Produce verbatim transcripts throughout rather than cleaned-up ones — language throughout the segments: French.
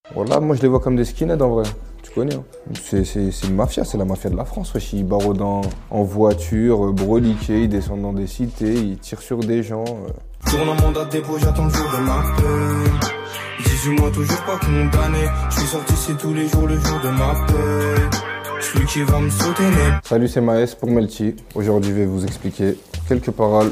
Voilà, moi je les vois comme des skinheads en vrai. Tu connais, hein. C'est, c'est, c'est une mafia, c'est la mafia de la France. Wesh. Ils barodent en, en voiture, broliqués, ils descendent dans des cités, ils tirent sur des gens. Euh. Tourne en mandat de dépôt, j'attends le jour de ma paix. dix-huit mois toujours pas condamné. Je suis sorti ici tous les jours, le jour de ma paix. Celui qui va me sauter né. Salut, c'est Maes pour Melty. Aujourd'hui, je vais vous expliquer quelques paroles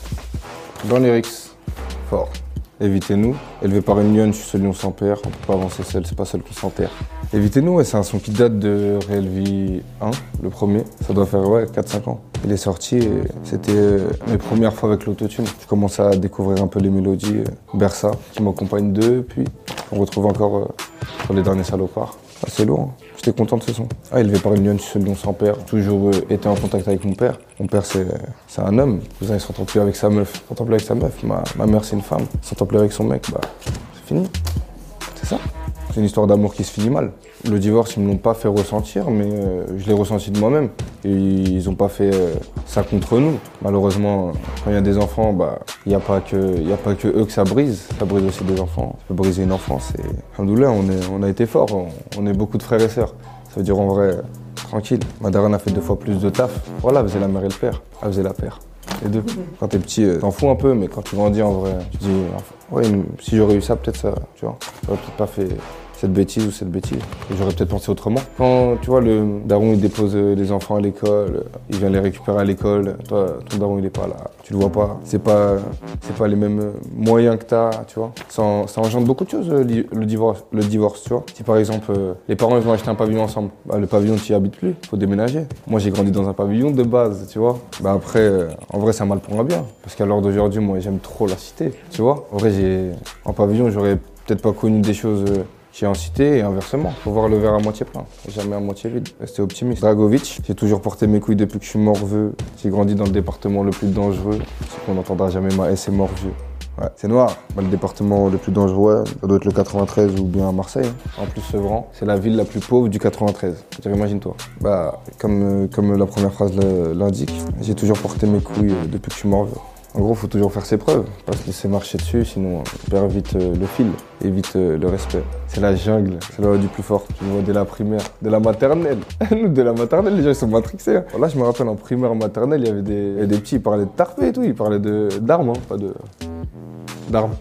dans lyrics fort. Évitez-nous, élevé par une lionne, je suis ce lion sans père, on peut pas avancer seul, c'est pas seul qui s'enterre. Évitez-nous, ouais, c'est un son qui date de Real V un, le premier, ça doit faire ouais, quatre cinq ans. Il est sorti et c'était euh, mes premières fois avec l'autotune. Je commençais à découvrir un peu les mélodies, euh, Bersa, qui m'accompagne depuis, on retrouve encore euh, sur les derniers salopards. Ah, c'est lourd, hein. J'étais content de ce son. Ah, élevé par une lionne, je suis ce lion sans père, toujours euh, été en contact avec mon père. Mon père, c'est, c'est un homme, cousin, il s'entend plus avec sa meuf. Il s'entend plus avec sa meuf, ma, ma mère, c'est une femme. Il s'entend plus avec son mec, bah, c'est fini. C'est ça. C'est une histoire d'amour qui se finit mal. Le divorce, ils me l'ont pas fait ressentir, mais euh, je l'ai ressenti de moi-même. Et ils ont pas fait euh, ça contre nous. Malheureusement, quand il y a des enfants, bah, il n'y a pas que, il y a pas que eux que ça brise. Ça brise aussi des enfants. Ça peut briser une enfance. Et alhamdoulilah, on est, on a été forts. On, on est beaucoup de frères et sœurs. Ça veut dire en vrai, tranquille. Ma daronne a fait deux fois plus de taf. Voilà, elle faisait la mère et le père. Elle faisait la paire. Les deux. Quand t'es petit, t'en fous un peu, mais quand tu grandis en vrai, tu te dis, ouais, si j'aurais eu ça, peut-être ça, tu vois. J'aurais peut-être pas fait cette bêtise ou cette bêtise. Et j'aurais peut-être pensé autrement. Quand, tu vois, le daron, il dépose les enfants à l'école, il vient les récupérer à l'école, toi, ton daron, il est pas là. Tu le vois pas. C'est pas, c'est pas les mêmes moyens que t'as, tu vois. Ça, ça engendre beaucoup de choses, le divorce, le divorce, tu vois. Si par exemple, les parents, ils vont acheter un pavillon ensemble, bah, le pavillon, tu y habites plus, faut déménager. Moi, j'ai grandi dans un pavillon de base, tu vois. Bah après, en vrai, ça mal pour un bien. Parce qu'à l'heure d'aujourd'hui, moi, j'aime trop la cité, tu vois. En vrai, j'ai, en pavillon, j'aurais peut-être pas connu des choses j'ai en cité et inversement. Faut voir le verre à moitié plein, jamais à moitié vide. Rester optimiste. Dragovic, j'ai toujours porté mes couilles depuis que je suis morveux. J'ai grandi dans le département le plus dangereux. C'est qu'on n'entendra jamais ma S est mort vieux. Ouais, c'est noir. Bah, le département le plus dangereux, ça doit être le quatre-vingt-treize ou bien Marseille. Hein. En plus, Sevran, c'est la ville la plus pauvre du quatre-vingt-treize. Imagine-toi. Bah, comme, comme la première phrase l'indique, j'ai toujours porté mes couilles depuis que je suis morveux. En gros, il faut toujours faire ses preuves, pas se laisser marcher dessus, sinon on perd vite euh, le fil et vite euh, le respect. C'est la jungle, c'est la loi du plus fort. Tu le vois dès la primaire, dès la maternelle. Nous, dès la maternelle, les gens ils sont matrixés. Hein. Là, je me rappelle en primaire, maternelle, il y avait des, il y avait des petits, ils parlaient de tarpé et tout, ils parlaient de, d'armes, hein, pas de... d'armes.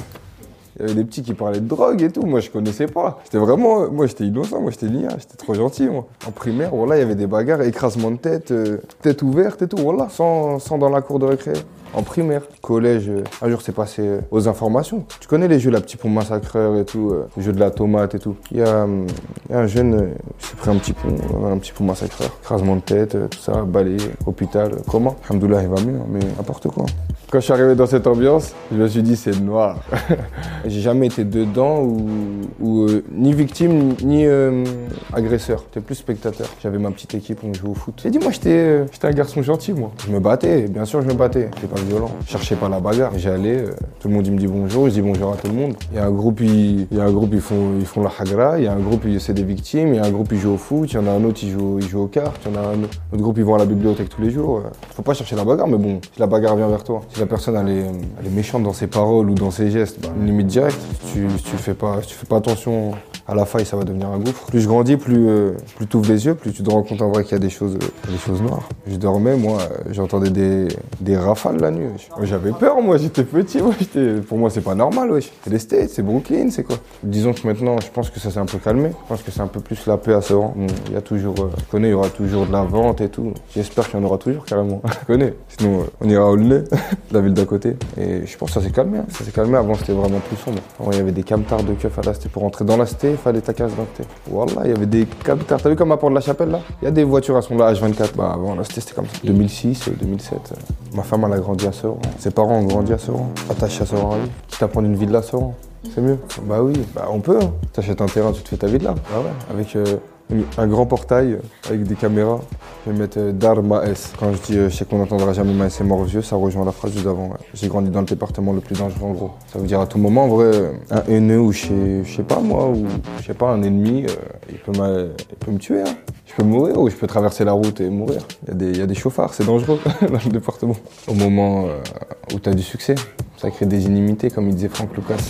Il y avait des petits qui parlaient de drogue et tout, moi je connaissais pas. J'étais vraiment, moi j'étais innocent, moi j'étais nia, j'étais trop gentil moi. En primaire, voilà, il y avait des bagarres, écrasement de tête, euh, tête ouverte et tout, voilà, sans, sans dans la cour de récré. En primaire, collège, euh, un jour c'est passé euh, aux informations. Tu connais les jeux, la petite pont massacreur et tout, euh, le jeu de la tomate et tout. Il y a, euh, y a un jeune, euh, il s'est pris un petit pont, euh, un petit pont massacreur. Écrasement de tête, euh, tout ça, balayé, hôpital, euh, comment Alhamdoulilah, il va mieux, hein, mais n'importe quoi. Quand je suis arrivé dans cette ambiance, je me suis dit c'est noir. J'ai jamais été dedans ou, ou euh, ni victime ni euh, agresseur. J'étais plus spectateur. J'avais ma petite équipe, on jouait au foot. J'ai dit moi j'étais euh, j'étais un garçon gentil moi. Je me battais, bien sûr je me battais. J'étais pas violent. Je cherchais pas la bagarre. J'allais, euh, tout le monde il me dit bonjour, je dis bonjour à tout le monde. Il y a un groupe, il, il y a un groupe ils font ils font la hagra, il y a un groupe c'est des victimes, il y a un groupe ils jouent au foot, il y en a un autre il joue il joue aux cartes, il y en a un autre groupe ils vont à la bibliothèque tous les jours. Faut pas chercher la bagarre mais bon, si la bagarre vient vers toi, si la personne elle est, elle est méchante dans ses paroles ou dans ses gestes, bah, une limite directe. Si tu, si tu fais pas, si tu fais pas attention à la faille, ça va devenir un gouffre. Plus je grandis, plus, euh, plus tu ouvres les yeux, plus tu te rends compte en vrai qu'il y a des choses, euh, des choses noires. Je dormais, moi, euh, j'entendais des, des rafales la nuit. Wesh. J'avais peur, moi, j'étais petit. Ouais, j'étais... Pour moi, c'est pas normal. Wesh. C'est les States, c'est Brooklyn, c'est quoi. Disons que maintenant, je pense que ça s'est un peu calmé. Je pense que c'est un peu plus la paix à Sevran. Bon, il y a toujours, euh, je connais, il y aura toujours de la vente et tout. J'espère qu'il y en aura toujours carrément. Je connais. Sinon, euh, on ira au Aulnay, la ville d'à côté. Et je pense que ça s'est calmé. Hein. Ça s'est calmé. Avant, c'était vraiment plus sombre. Avant, il y avait des camtars de keufs à la cité. Pour rentrer dans la cité, il fallait ta case d'identité. Voilà, il y avait des camtars. T'as vu comme à Port de la Chapelle là? Il y a des voitures à son là H vingt-quatre. Bah avant, la cité c'était comme ça. deux mille six, deux mille sept. Ma femme, elle a grandi à Sevran. Ses parents ont grandi à Sevran. Attachés à Sevran à vie. Quitte à prendre une vie de là, Sevran. C'est mieux. Bah oui, bah on peut. Hein. T'achètes un terrain, tu te fais ta vie de là. Ah ouais. Avec euh, un grand portail, avec des caméras. Je vais mettre euh, Dar Maes. Quand je dis euh, je sais qu'on n'entendra jamais Maes est mort vieux, ça rejoint la phrase juste avant. Ouais. J'ai grandi dans le département le plus dangereux en gros. Ça veut dire à tout moment, en vrai, un haineux ou je sais, je sais pas moi, ou je sais pas, un ennemi, euh, il, peut il peut me tuer. Hein. Je peux mourir ou je peux traverser la route et mourir. Il y a des, il y a des chauffards, c'est dangereux dans le département. Au moment euh, où tu as du succès, ça crée des inimités, comme il disait Franck Lucas.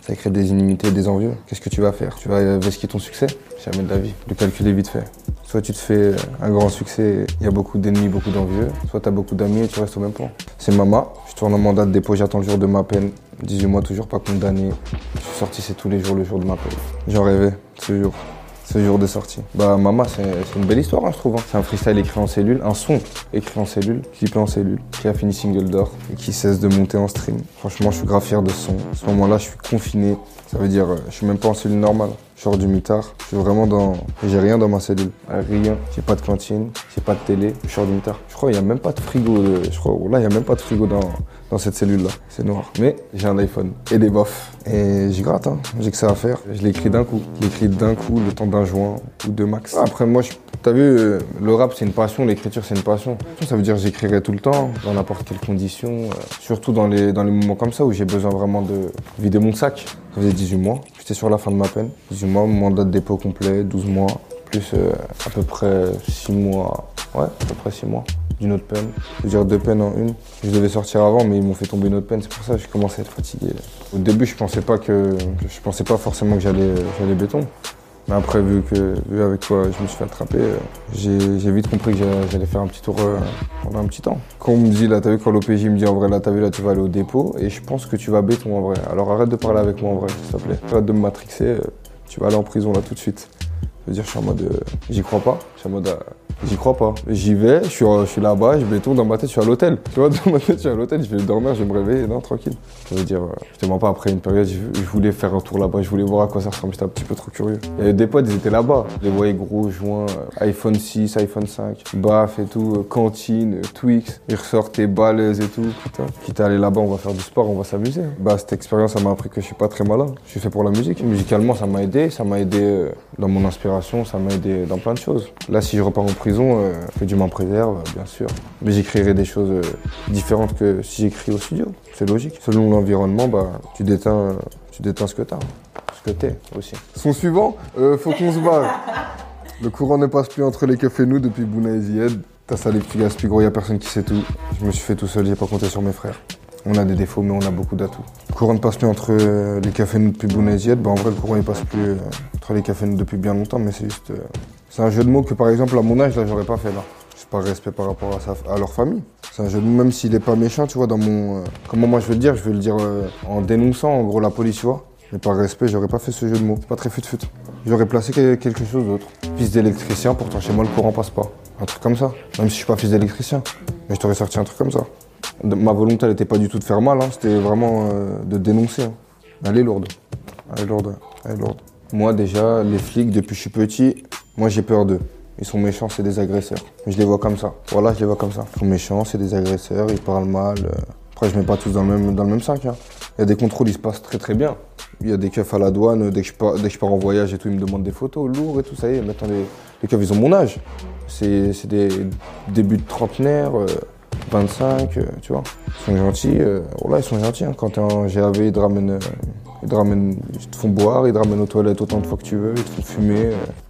Ça crée des inimitiés, des envieux. Qu'est-ce que tu vas faire? Tu vas vesquer ton succès? Jamais de la vie. Le calcul est vite fait. Soit tu te fais un grand succès, il y a beaucoup d'ennemis, beaucoup d'envieux. Soit tu as beaucoup d'amis et tu restes au même point. C'est Mama. Je tourne en mandat de dépôt, j'attends le jour de ma peine. dix-huit mois, toujours pas condamné. Je suis sorti, c'est tous les jours le jour de ma peine. J'en rêvais, ce jour. Ce jour de sortie. Bah Mama, c'est une belle histoire, hein, je trouve. Hein. C'est un freestyle écrit en cellule, un son écrit en cellule, clippé en cellule, qui a fini single d'or et qui cesse de monter en stream. Franchement, je suis grave fier de ce son. À ce moment-là, je suis confiné. Ça veut dire, je suis même pas en cellule normale. Je sors du mitard. Je suis vraiment dans... J'ai rien dans ma cellule. Rien. J'ai pas de cantine, j'ai pas de télé. Je sors du mitard. Je crois qu'il y a même pas de frigo. De... Je crois, là, il y a même pas de frigo dans, dans cette cellule-là. C'est noir. Mais j'ai un iPhone et des bofs. Et j'y gratte, hein. J'ai que ça à faire. Je l'ai écrit d'un coup. Je l'ai écrit d'un coup, le temps d'un joint ou deux max. Après, moi, je... t'as vu, le rap, c'est une passion. L'écriture, c'est une passion. Ça veut dire que j'écrirai tout le temps, dans n'importe quelle condition. Euh, surtout dans les, dans les moments comme ça où j'ai besoin vraiment de vider mon sac. Ça faisait dix-huit mois. J'étais sur la fin de ma peine. dix-huit mois, mandat de dépôt complet, douze mois. Plus euh, à peu près six mois. Ouais, à peu près six mois. D'une autre peine. Je veux dire deux peines en une. Je devais sortir avant, mais ils m'ont fait tomber une autre peine. C'est pour ça que j'ai commencé à être fatigué. Au début, je pensais pas que, que je pensais pas forcément que j'allais, j'allais béton. Mais après, vu que, vu avec quoi je me suis fait attraper, j'ai, j'ai vite compris que j'allais faire un petit tour euh, pendant un petit temps. Quand on me dit, là, t'as vu, quand l'O P J me dit, en vrai, là, t'as vu, là, tu vas aller au dépôt, et je pense que tu vas béton, en vrai. Alors arrête de parler avec moi, en vrai, s'il te plaît. Arrête de me matrixer, euh, tu vas aller en prison, là, tout de suite. Je veux dire, je suis en mode, euh, j'y crois pas. Je suis en mode, euh, j'y crois pas. J'y vais, je suis, euh, je suis là-bas, je béton, dans ma tête, je suis à l'hôtel. Tu vois, dans ma tête, je suis à l'hôtel, je vais dormir, je vais me réveiller, non, tranquille. Je veux dire, euh, je te mens pas, après une période, je, je voulais faire un tour là-bas, je voulais voir à quoi ça ressemble, j'étais un petit peu trop curieux. Il y avait des potes, ils étaient là-bas. Je les voyais gros, joints, euh, iPhone six, iPhone cinq, baf et tout, euh, cantine, euh, Twix. Ils ressortaient balèzes et tout, putain. Quitte à aller là-bas, on va faire du sport, on va s'amuser. Bah, cette expérience, ça m'a appris que je suis pas très malin. Je suis fait pour la musique. Musicalement, ça m'a aidé, ça m'a aidé euh, dans mon inspiration, ça m'a aidé dans plein de choses. Là, si je repars en prison, euh, que Dieu m'en préserve, bien sûr. Mais j'écrirai des choses euh, différentes que si j'écris au studio. C'est logique. Selon l'environnement, bah, tu déteins, tu déteins ce que t'as, ce que t'es aussi. Son suivant, euh, faut qu'on se barre. Le courant ne passe plus entre les keufs et nous depuis Bouna et Zied. T'as ça les petits gars, plus gros, y a personne qui sait tout. Je me suis fait tout seul, j'ai pas compté sur mes frères. On a des défauts, mais on a beaucoup d'atouts. Le courant ne passe plus entre euh, les keufs et nous depuis Bouna et Zied. Bah, en vrai, le courant il passe plus euh, entre les keufs et nous depuis bien longtemps, mais c'est juste... Euh, c'est un jeu de mots que, par exemple, à mon âge, là, j'aurais pas fait, là. C'est par respect par rapport à, sa, à leur famille. C'est un jeu de mots, même s'il est pas méchant, tu vois, dans mon... Euh, comment moi je veux le dire? Je veux le dire euh, en dénonçant, en gros, la police, tu vois. Mais par respect, j'aurais pas fait ce jeu de mots. C'est pas très fut-fut. J'aurais placé quelque chose d'autre. Fils d'électricien, pourtant chez moi, le courant passe pas. Un truc comme ça. Même si je suis pas fils d'électricien. Mais je t'aurais sorti un truc comme ça. De, ma volonté, elle était pas du tout de faire mal, hein. C'était vraiment euh, de dénoncer. Hein. Elle est lourde. Elle est lourde. Elle est lourde. Moi, déjà, les flics, depuis que je suis petit, moi, j'ai peur d'eux. Ils sont méchants, c'est des agresseurs. Je les vois comme ça. Voilà, je les vois comme ça. Ils sont méchants, c'est des agresseurs, ils parlent mal. Après, je mets pas tous dans le même, dans le même sac. Hein. Il y a des contrôles, ils se passent très très bien. Il y a des keufs à la douane, dès que, je pars, dès que je pars en voyage et tout, ils me demandent des photos lourdes et tout. Ça y est, maintenant, les, les keufs, ils ont mon âge. C'est, c'est des débuts de trentenaire, euh, vingt-cinq, euh, tu vois. Ils sont gentils. Euh, voilà, ils sont gentils. Hein. Quand t'es en G A V, ils te ramènent, euh, ils te ramènent, ils te font boire, ils te ramènent aux toilettes autant de fois que tu veux, ils te font fumer.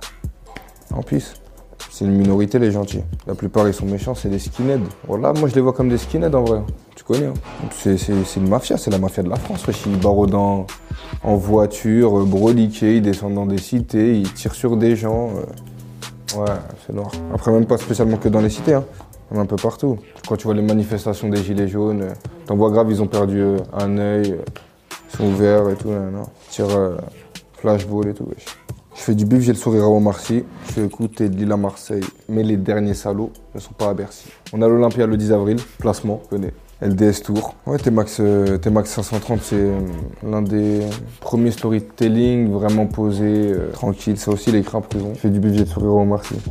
Euh, en plus. C'est une minorité, les gentils. La plupart, ils sont méchants, c'est des skinheads. Voilà, moi, je les vois comme des skinheads, en vrai. Tu connais, hein. C'est, c'est, c'est une mafia, c'est la mafia de la France. Ils barodent en, en voiture, broliqués, ils descendent dans des cités, ils tirent sur des gens. Euh... Ouais, c'est noir. Après, même pas spécialement que dans les cités, hein. Même un peu partout. Quand tu vois les manifestations des gilets jaunes, euh, t'en vois grave, ils ont perdu euh, un œil, euh, ils sont ouverts et tout, là, non. Ils tirent euh, flashball et tout, wesh. Je fais du bif, j'ai le sourire à Omar Sy. Je fais écouter de Lille à Marseille. Mais les derniers salauds ne sont pas à Bercy. On a l'Olympia le dix avril, placement, venez. L D S Tour. Ouais, T-Max, euh, T-Max cinq cent trente, c'est euh, l'un des premiers storytelling vraiment posé, euh, tranquille. Ça aussi, il est écrit en prison. Je fais du bif, j'ai le sourire à Omar Sy.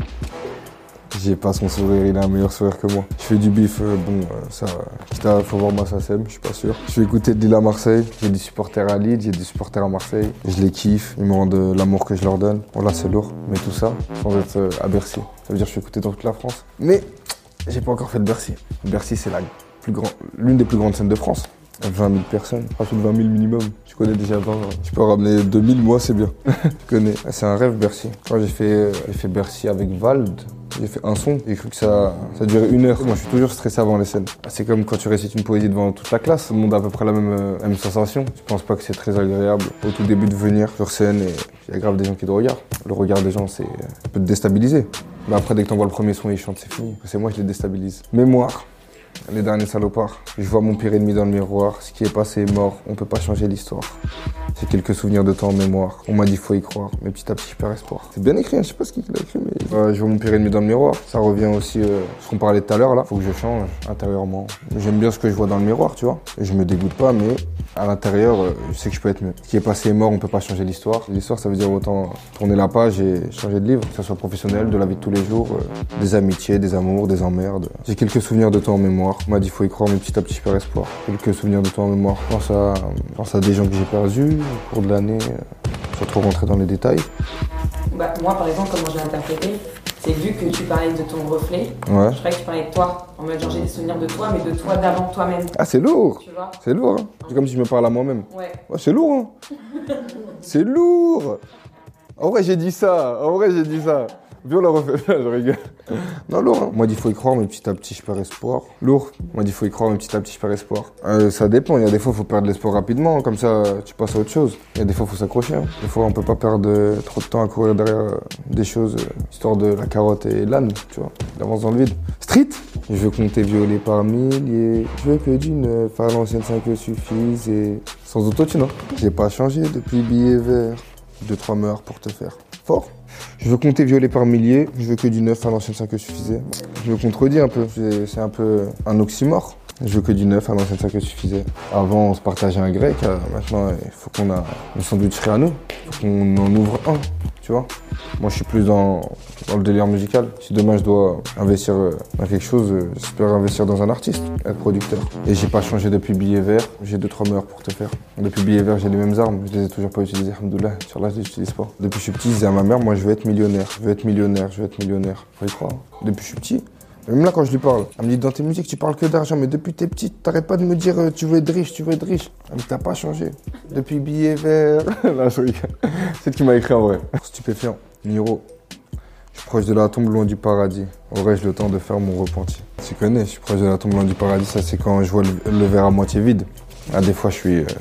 J'ai pas son sourire, il a un meilleur sourire que moi. Je fais du bif, euh, bon, euh, ça, quitte à faut voir ma S A C E M, je suis pas sûr. Je fais écouter de Lille à Marseille, j'ai des supporters à Lille, j'ai des supporters à Marseille. Je les kiffe, ils me rendent l'amour que je leur donne. Bon là c'est lourd, mais tout ça, sans être euh, à Bercy. Ça veut dire que je suis écouté dans toute la France. Mais j'ai pas encore fait de Bercy. Bercy c'est la plus grand, l'une des plus grandes scènes de France. vingt mille personnes, rajoute vingt mille minimum. Tu connais déjà vingt. Tu peux ramener deux mille, moi c'est bien. Tu connais. C'est un rêve Bercy. Quand j'ai fait, j'ai fait Bercy avec Vald, j'ai fait un son, j'ai cru que ça, ça durait une heure. Moi je suis toujours stressé avant les scènes. C'est comme quand tu récites une poésie devant toute la classe, tout le monde a à peu près la même, même sensation. Je pense pas que c'est très agréable au tout début de venir sur scène et il y a grave des gens qui te regardent. Le regard des gens, c'est, ça peut te déstabiliser. Mais après dès que t'envoies le premier son et ils chantent, c'est fini. C'est moi qui les déstabilise. Mémoire. Les derniers salopards. Je vois mon pire ennemi dans le miroir. Ce qui est passé est mort. On peut pas changer l'histoire. J'ai quelques souvenirs de temps en mémoire. On m'a dit faut y croire. Mais petit à petit, je perds espoir. C'est bien écrit, hein. Je sais pas ce qu'il a écrit, mais... Euh, je vois mon pire ennemi dans le miroir. Ça revient aussi euh, ce qu'on parlait tout à l'heure, là. Faut que je change intérieurement. J'aime bien ce que je vois dans le miroir, tu vois. Et je me dégoûte pas, mais à l'intérieur, euh, je sais que je peux être mieux. Ce qui est passé est mort. On peut pas changer l'histoire. L'histoire, ça veut dire autant tourner la page et changer de livre. Que ça soit professionnel, de la vie de tous les jours. Euh, des amitiés, des amours, des emmerdes. J'ai quelques souvenirs de temps en mémoire. On m'a dit faut y croire, mais petit à petit je perds espoir. Quelques souvenirs de temps en mémoire. Je pense à, je pense à des gens que j'ai perdus au cours de l'année, sans trop rentrer dans les détails. Bah, moi par exemple, comment j'ai interprété, c'est vu que tu parlais de ton reflet, ouais. Je croyais que tu parlais de toi. En mode genre j'ai des souvenirs de toi, mais de toi d'avant toi-même. Ah c'est lourd. Tu vois. C'est lourd, hein. C'est comme si je me parle à moi-même. Ouais. Ouais, c'est lourd, hein. C'est lourd. En vrai j'ai dit ça, en vrai j'ai dit ça. Viens, on la refait, je rigole. Non, lourd, hein. Moi, il faut y croire, mais petit à petit, je perds espoir. Lourd. Moi, il faut y croire, mais petit à petit, je perds espoir. Euh, ça dépend. Il y a des fois, il faut perdre l'espoir rapidement. Comme ça, tu passes à autre chose. Il y a des fois, il faut s'accrocher. Hein. Des fois, on peut pas perdre euh, trop de temps à courir derrière euh, des choses, euh, histoire de la carotte et l'âne, tu vois. Il avance dans le vide. Street. Je veux compter violer par milliers. Je veux que du neuf à l'ancienne cinq suffise et... Sans autotune, hein. J'ai pas changé depuis billet vert. Deux, trois meurs pour te faire fort. Je veux compter violer par milliers, je veux que du neuf à l'ancienne cinq suffisait. Je me contredis un peu, c'est un peu un oxymore. Je veux que du neuf à l'ancienne cinq suffisait. Avant, on se partageait un grec, maintenant, il faut qu'on a une sandwicherie à nous. Il faut qu'on en ouvre un, tu vois. Moi, je suis plus dans, dans le délire musical. Si demain, je dois investir dans quelque chose, j'espère investir dans un artiste, être producteur. Et j'ai pas changé depuis billet vert, j'ai deux trois meurs pour te faire. Depuis billet vert, j'ai les mêmes armes, je les ai toujours pas utilisées, alhamdoulilah. Sur là, je les utilise pas. Depuis que je suis petit, je disais à ma mère, moi, je veux être millionnaire, je veux être millionnaire, je veux être millionnaire. Faut y croire. Depuis que je suis petit. Même là, quand je lui parle, elle me dit dans tes musiques, tu parles que d'argent, mais depuis t'es petite, t'arrêtes pas de me dire euh, tu veux être riche, tu veux être riche. Elle me dit t'as pas changé. Depuis billet vert. Là, je rigole. C'est ce qui m'a écrit en vrai. Stupéfiant. Niro. Je suis proche de la tombe, loin du paradis. Aurais-je le temps de faire mon repenti? Tu connais, je suis proche de la tombe, loin du paradis. Ça, c'est quand je vois le, le verre à moitié vide. Ah, des fois, je suis. Euh...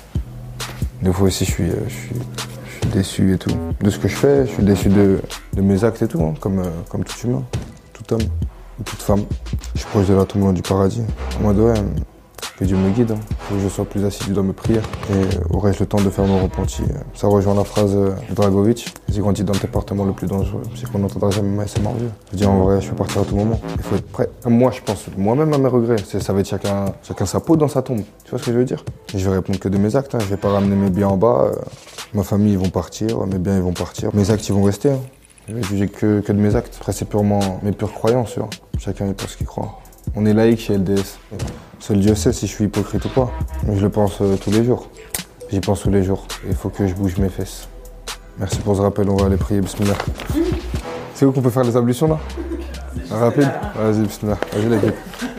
Des fois aussi, je suis, euh, je suis. Je suis déçu et tout. De ce que je fais, je suis déçu de, de mes actes et tout, hein, comme, euh, comme tout humain, tout homme. Ou toute femme. Je suis proche de la tombe loin du paradis. En mode ouais, que Dieu me guide. Hein. Faut que je sois plus assidu dans mes prières. Et aurais-je le temps de faire mon repenti? Ça rejoint la phrase de Dragovic. J'ai grandi dans le département le plus dangereux. C'est qu'on n'entendra jamais ma S M R vieux. Je dis en vrai, je peux partir à tout moment. Il faut être prêt. Moi, je pense moi-même à mes regrets. Ça va être chacun, chacun sa peau dans sa tombe. Tu vois ce que je veux dire? Et je vais répondre que de mes actes. Hein. Je vais pas ramener mes biens en bas. Ma famille, ils vont partir. Mes biens, ils vont partir. Mes actes, ils vont rester. Hein. Je vais juger que, que de mes actes. Après, c'est purement mes pures croyances, tu vois. Chacun, il pense ce qu'il croit. On est laïque chez L D S. Seul Dieu sait si je suis hypocrite ou pas. Mais je le pense euh, tous les jours. J'y pense tous les jours. Il faut que je bouge mes fesses. Merci pour ce rappel, on va aller prier, bismillah. C'est où qu'on peut faire les ablutions, là? Rapide? Vas-y, bismillah. Vas-y, l'équipe.